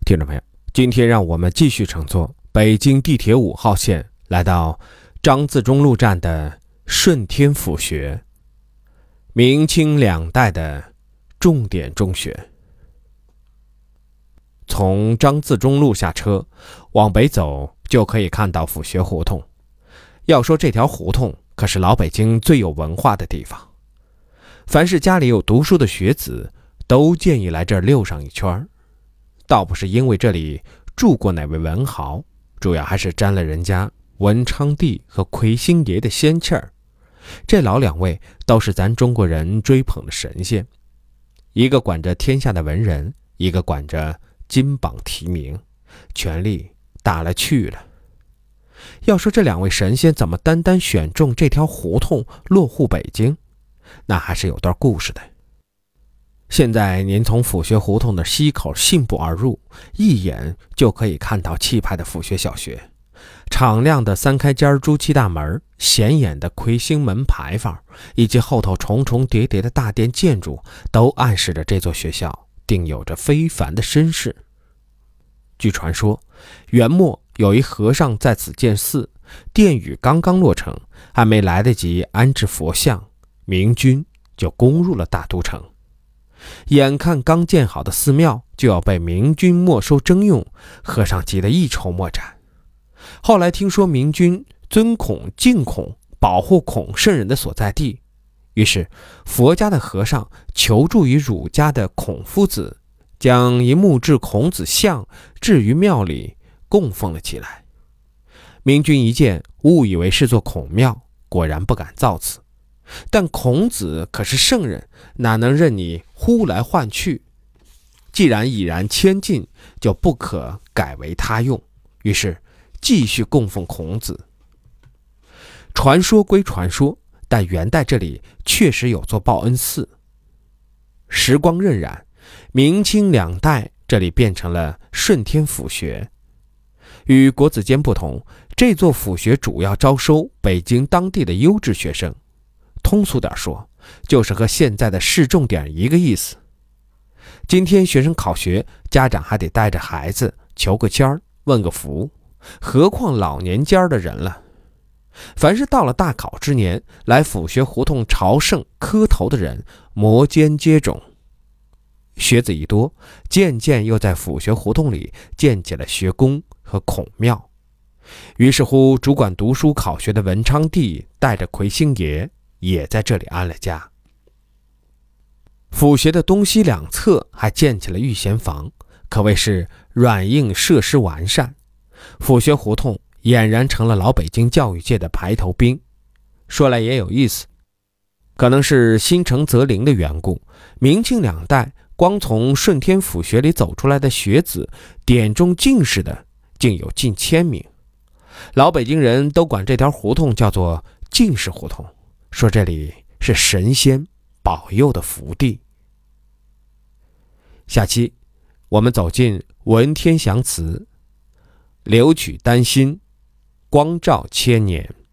听众朋友，今天让我们继续乘坐北京地铁5号线，来到张自忠路站的顺天府学，明清两代的重点中学。从张自忠路下车，往北走就可以看到府学胡同。要说这条胡同可是老北京最有文化的地方，凡是家里有读书的学子都建议来这儿溜上一圈。倒不是因为这里住过哪位文豪，主要还是沾了人家文昌帝和魁星爷的仙气儿。这老两位都是咱中国人追捧的神仙，一个管着天下的文人，一个管着金榜题名，权力大了去了。要说这两位神仙怎么单单选中这条胡同落户北京，那还是有段故事的。现在您从府学胡同的西口信步而入，一眼就可以看到气派的府学小学，敞亮的3开间朱漆大门，显眼的魁星门牌坊，以及后头重重叠叠的大殿建筑，都暗示着这座学校定有着非凡的身世。据传说，元末有一和尚在此建寺，殿宇刚刚落成，还没来得及安置佛像，明军就攻入了大都城。眼看刚建好的寺庙就要被明军没收征用，和尚急得一筹莫展。后来听说明军尊孔敬孔，保护孔圣人的所在地，于是佛家的和尚求助于儒家的孔夫子，将一木质孔子像置于庙里供奉了起来。明军一见，误以为是座孔庙，果然不敢造次。但孔子可是圣人，哪能任你呼来唤去？既然已然迁进，就不可改为他用，于是继续供奉孔子。传说归传说，但元代这里确实有座报恩寺。时光荏苒，明清两代这里变成了顺天府学。与国子监不同，这座府学主要招收北京当地的优质学生，通俗点说，就是和现在的市重点一个意思。今天学生考学，家长还得带着孩子求个签儿，问个福，何况老年间的人了。凡是到了大考之年，来府学胡同朝圣磕头的人摩肩接踵。学子一多，渐渐又在府学胡同里建起了学宫和孔庙。于是乎，主管读书考学的文昌帝带着魁星爷也在这里安了家。府学的东西两侧还建起了御贤房，可谓是软硬设施完善。府学胡同俨然成了老北京教育界的排头兵。说来也有意思，可能是心诚则灵的缘故，明清两代光从顺天府学里走出来的学子，点中进士的竟有近1000名。老北京人都管这条胡同叫做进士胡同，说这里是神仙保佑的福地。下期我们走进文天祥祠，留取丹心，光照千年。